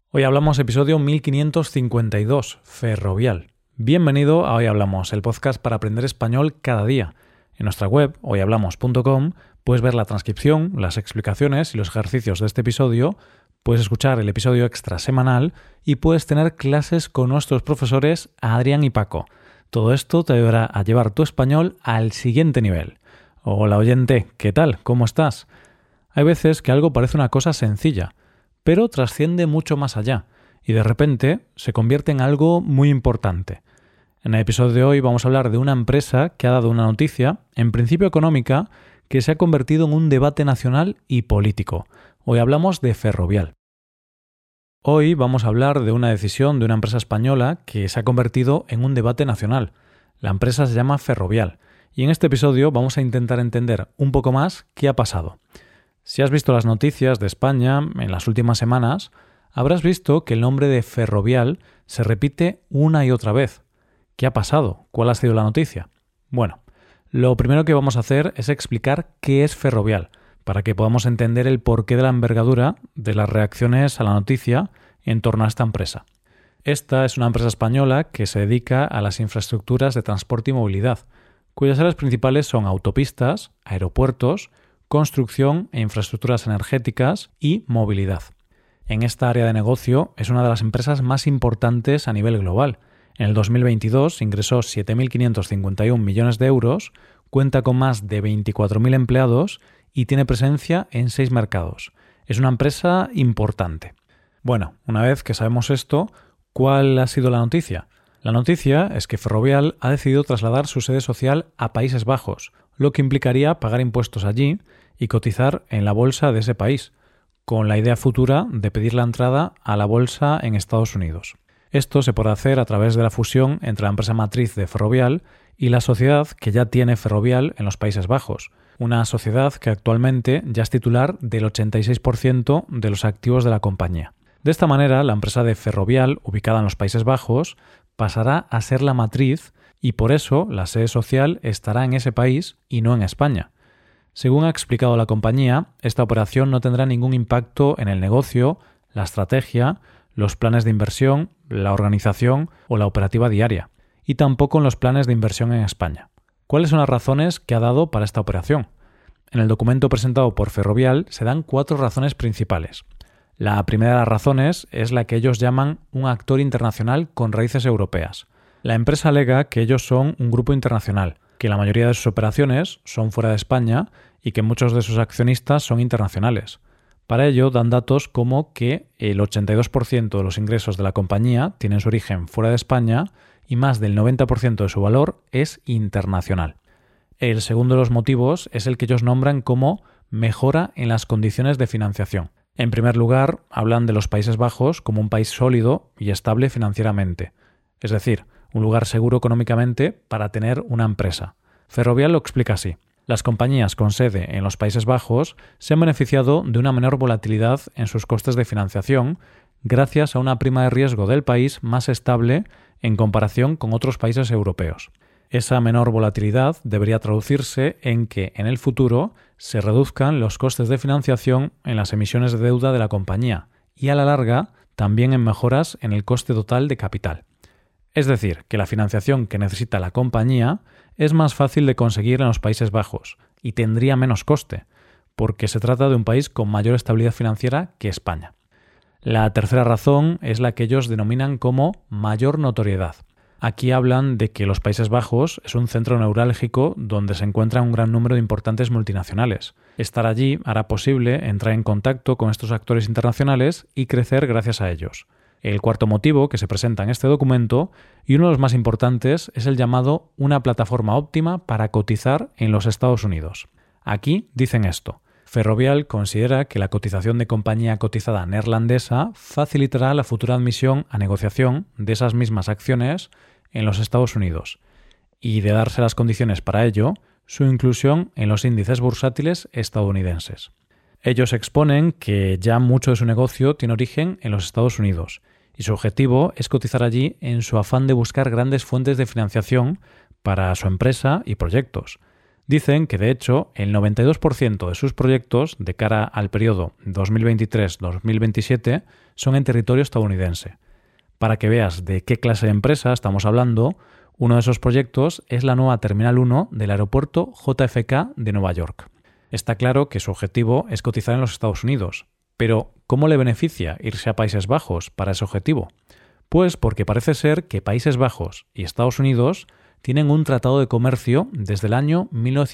Hoy hablamos episodio 1552, Ferrovial. Bienvenido a Hoy Hablamos, el podcast para aprender español cada día. En nuestra web, hoyhablamos.com, puedes ver la transcripción, las explicaciones y los ejercicios de este episodio, puedes escuchar el episodio extra semanal y puedes tener clases con nuestros profesores Adrián y Paco. Todo esto te ayudará a llevar tu español al siguiente nivel. Hola oyente, ¿qué tal? ¿Cómo estás? Hay veces que algo parece una cosa sencilla, pero trasciende mucho más allá y de repente se convierte en algo muy importante. En el episodio de hoy vamos a hablar de una empresa que ha dado una noticia, en principio económica, que se ha convertido en un debate nacional y político. Hoy hablamos de Ferrovial. Hoy vamos a hablar de una decisión de una empresa española que se ha convertido en un debate nacional. La empresa se llama Ferrovial y en este episodio vamos a intentar entender un poco más qué ha pasado. Si has visto las noticias de España en las últimas semanas, habrás visto que el nombre de Ferrovial se repite una y otra vez. ¿Qué ha pasado? ¿Cuál ha sido la noticia? Bueno, lo primero que vamos a hacer es explicar qué es Ferrovial, para que podamos entender el porqué de la envergadura de las reacciones a la noticia en torno a esta empresa. Esta es una empresa española que se dedica a las infraestructuras de transporte y movilidad, cuyas áreas principales son autopistas, aeropuertos, construcción e infraestructuras energéticas y movilidad. En esta área de negocio es una de las empresas más importantes a nivel global. En el 2022 ingresó 7.551 millones de euros, cuenta con más de 24.000 empleados y tiene presencia en 6 mercados. Es una empresa importante. Bueno, una vez que sabemos esto, ¿cuál ha sido la noticia? La noticia es que Ferrovial ha decidido trasladar su sede social a Países Bajos, lo que implicaría pagar impuestos allí y cotizar en la bolsa de ese país, con la idea futura de pedir la entrada a la bolsa en Estados Unidos. Esto se podrá hacer a través de la fusión entre la empresa matriz de Ferrovial y la sociedad que ya tiene Ferrovial en los Países Bajos, una sociedad que actualmente ya es titular del 86% de los activos de la compañía. De esta manera, la empresa de Ferrovial, ubicada en los Países Bajos, pasará a ser la matriz y por eso la sede social estará en ese país y no en España. Según ha explicado la compañía, esta operación no tendrá ningún impacto en el negocio, la estrategia, los planes de inversión, la organización o la operativa diaria, y tampoco en los planes de inversión en España. ¿Cuáles son las razones que ha dado para esta operación? En el documento presentado por Ferrovial se dan 4 razones principales. La primera de las razones es la que ellos llaman un actor internacional con raíces europeas. La empresa alega que ellos son un grupo internacional, que la mayoría de sus operaciones son fuera de España y que muchos de sus accionistas son internacionales. Para ello dan datos como que el 82% de los ingresos de la compañía tienen su origen fuera de España y más del 90% de su valor es internacional. El segundo de los motivos es el que ellos nombran como mejora en las condiciones de financiación. En primer lugar, hablan de los Países Bajos como un país sólido y estable financieramente, es decir, un lugar seguro económicamente para tener una empresa. Ferrovial lo explica así. Las compañías con sede en los Países Bajos se han beneficiado de una menor volatilidad en sus costes de financiación gracias a una prima de riesgo del país más estable en comparación con otros países europeos. Esa menor volatilidad debería traducirse en que en el futuro se reduzcan los costes de financiación en las emisiones de deuda de la compañía y a la larga también en mejoras en el coste total de capital. Es decir, que la financiación que necesita la compañía es más fácil de conseguir en los Países Bajos y tendría menos coste, porque se trata de un país con mayor estabilidad financiera que España. La tercera razón es la que ellos denominan como mayor notoriedad. Aquí hablan de que los Países Bajos es un centro neurálgico donde se encuentra un gran número de importantes multinacionales. Estar allí hará posible entrar en contacto con estos actores internacionales y crecer gracias a ellos. El cuarto motivo que se presenta en este documento, y uno de los más importantes, es el llamado una plataforma óptima para cotizar en los Estados Unidos. Aquí dicen esto. Ferrovial considera que la cotización de compañía cotizada neerlandesa facilitará la futura admisión a negociación de esas mismas acciones en los Estados Unidos y, de darse las condiciones para ello, su inclusión en los índices bursátiles estadounidenses. Ellos exponen que ya mucho de su negocio tiene origen en los Estados Unidos y su objetivo es cotizar allí en su afán de buscar grandes fuentes de financiación para su empresa y proyectos. Dicen que, de hecho, el 92% de sus proyectos de cara al periodo 2023-2027 son en territorio estadounidense. Para que veas de qué clase de empresa estamos hablando, uno de esos proyectos es la nueva Terminal 1 del aeropuerto JFK de Nueva York. Está claro que su objetivo es cotizar en los Estados Unidos, pero ¿cómo le beneficia irse a Países Bajos para ese objetivo? Pues porque parece ser que Países Bajos y Estados Unidos tienen un tratado de comercio desde el año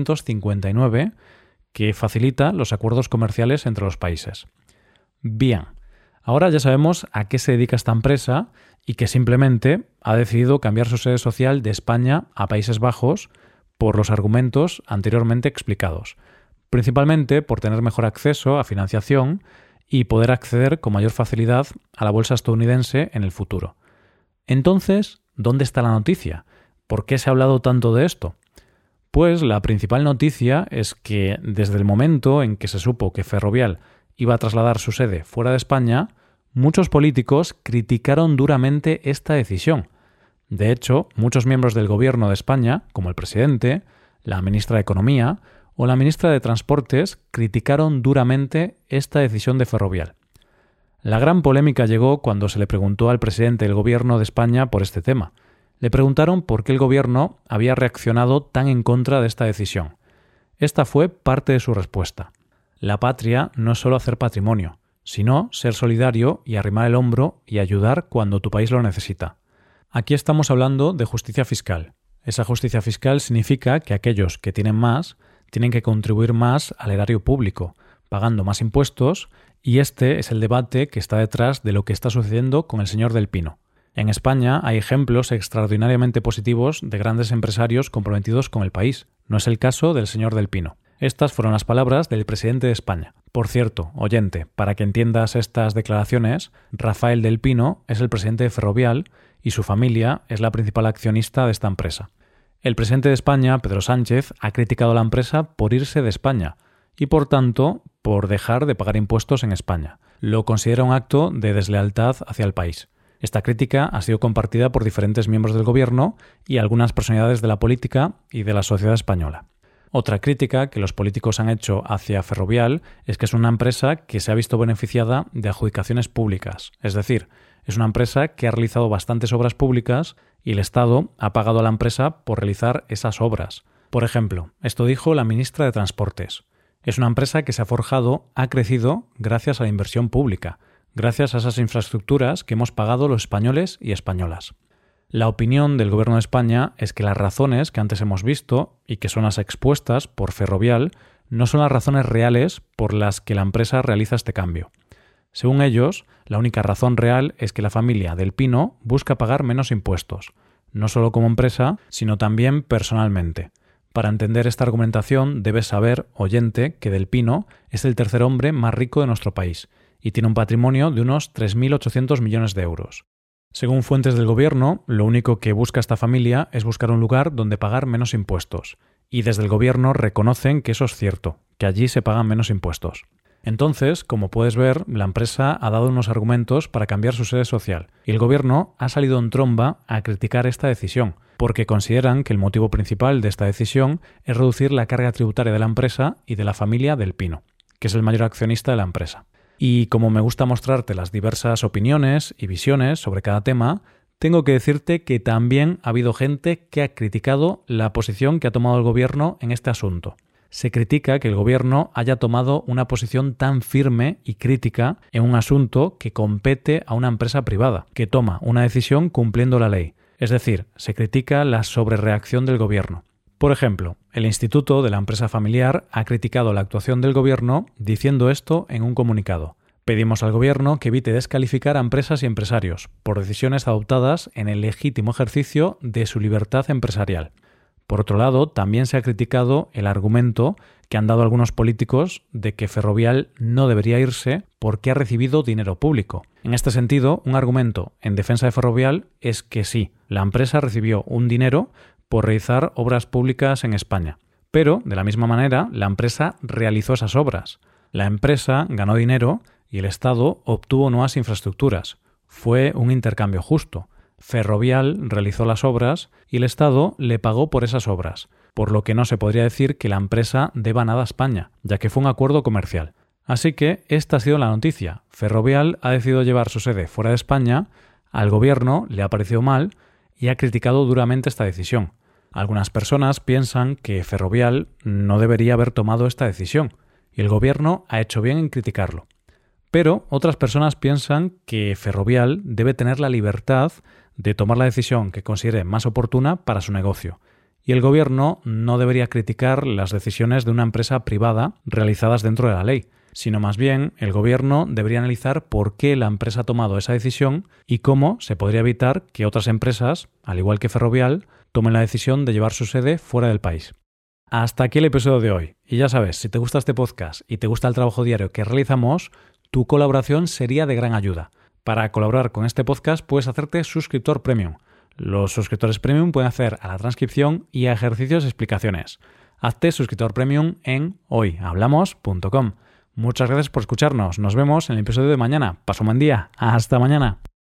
1959 que facilita los acuerdos comerciales entre los países. Bien, ahora ya sabemos a qué se dedica esta empresa y que simplemente ha decidido cambiar su sede social de España a Países Bajos por los argumentos anteriormente explicados, principalmente por tener mejor acceso a financiación y poder acceder con mayor facilidad a la bolsa estadounidense en el futuro. Entonces, ¿dónde está la noticia? ¿Por qué se ha hablado tanto de esto? Pues la principal noticia es que desde el momento en que se supo que Ferrovial iba a trasladar su sede fuera de España, muchos políticos criticaron duramente esta decisión. De hecho, muchos miembros del gobierno de España, como el presidente, la ministra de Economía o la ministra de Transportes, criticaron duramente esta decisión de Ferrovial. La gran polémica llegó cuando se le preguntó al presidente del gobierno de España por este tema. Le preguntaron por qué el gobierno había reaccionado tan en contra de esta decisión. Esta fue parte de su respuesta. La patria no es solo hacer patrimonio, sino ser solidario y arrimar el hombro y ayudar cuando tu país lo necesita. Aquí estamos hablando de justicia fiscal. Esa justicia fiscal significa que aquellos que tienen más tienen que contribuir más al erario público, pagando más impuestos, y este es el debate que está detrás de lo que está sucediendo con el señor del Pino. En España hay ejemplos extraordinariamente positivos de grandes empresarios comprometidos con el país. No es el caso del señor del Pino. Estas fueron las palabras del presidente de España. Por cierto, oyente, para que entiendas estas declaraciones, Rafael del Pino es el presidente de Ferrovial y su familia es la principal accionista de esta empresa. El presidente de España, Pedro Sánchez, ha criticado a la empresa por irse de España y, por tanto, por dejar de pagar impuestos en España. Lo considera un acto de deslealtad hacia el país. Esta crítica ha sido compartida por diferentes miembros del gobierno y algunas personalidades de la política y de la sociedad española. Otra crítica que los políticos han hecho hacia Ferrovial es que es una empresa que se ha visto beneficiada de adjudicaciones públicas, es decir, es una empresa que ha realizado bastantes obras públicas y el Estado ha pagado a la empresa por realizar esas obras. Por ejemplo, esto dijo la ministra de Transportes. Es una empresa que se ha forjado, ha crecido gracias a la inversión pública, gracias a esas infraestructuras que hemos pagado los españoles y españolas. La opinión del Gobierno de España es que las razones que antes hemos visto y que son las expuestas por Ferrovial no son las razones reales por las que la empresa realiza este cambio. Según ellos, la única razón real es que la familia del Pino busca pagar menos impuestos, no solo como empresa, sino también personalmente. Para entender esta argumentación debes saber, oyente, que del Pino es el tercer hombre más rico de nuestro país y tiene un patrimonio de unos 3.800 millones de euros. Según fuentes del gobierno, lo único que busca esta familia es buscar un lugar donde pagar menos impuestos. Y desde el gobierno reconocen que eso es cierto, que allí se pagan menos impuestos. Entonces, como puedes ver, la empresa ha dado unos argumentos para cambiar su sede social y el gobierno ha salido en tromba a criticar esta decisión, porque consideran que el motivo principal de esta decisión es reducir la carga tributaria de la empresa y de la familia del Pino, que es el mayor accionista de la empresa. Y como me gusta mostrarte las diversas opiniones y visiones sobre cada tema, tengo que decirte que también ha habido gente que ha criticado la posición que ha tomado el gobierno en este asunto. Se critica que el gobierno haya tomado una posición tan firme y crítica en un asunto que compete a una empresa privada, que toma una decisión cumpliendo la ley. Es decir, se critica la sobrereacción del gobierno. Por ejemplo, el Instituto de la Empresa Familiar ha criticado la actuación del gobierno diciendo esto en un comunicado. Pedimos al gobierno que evite descalificar a empresas y empresarios por decisiones adoptadas en el legítimo ejercicio de su libertad empresarial. Por otro lado, también se ha criticado el argumento que han dado algunos políticos de que Ferrovial no debería irse porque ha recibido dinero público. En este sentido, un argumento en defensa de Ferrovial es que sí, la empresa recibió un dinero por realizar obras públicas en España. Pero, de la misma manera, la empresa realizó esas obras. La empresa ganó dinero y el Estado obtuvo nuevas infraestructuras. Fue un intercambio justo. Ferrovial realizó las obras y el Estado le pagó por esas obras. por lo que no se podría decir que la empresa deba nada a España, ya que fue un acuerdo comercial. Así que esta ha sido la noticia. Ferrovial ha decidido llevar su sede fuera de España, al gobierno le ha parecido mal y ha criticado duramente esta decisión. Algunas personas piensan que Ferrovial no debería haber tomado esta decisión y el gobierno ha hecho bien en criticarlo. Pero otras personas piensan que Ferrovial debe tener la libertad de tomar la decisión que considere más oportuna para su negocio. Y el gobierno no debería criticar las decisiones de una empresa privada realizadas dentro de la ley, sino más bien el gobierno debería analizar por qué la empresa ha tomado esa decisión y cómo se podría evitar que otras empresas, al igual que Ferrovial, tomen la decisión de llevar su sede fuera del país. Hasta aquí el episodio de hoy. Y ya sabes, si te gusta este podcast y te gusta el trabajo diario que realizamos, tu colaboración sería de gran ayuda. Para colaborar con este podcast puedes hacerte suscriptor premium. Los suscriptores premium pueden hacer a la transcripción y a ejercicios y explicaciones. Hazte suscriptor premium en hoyhablamos.com. Muchas gracias por escucharnos. Nos vemos en el episodio de mañana. Pasa un buen día. Hasta mañana.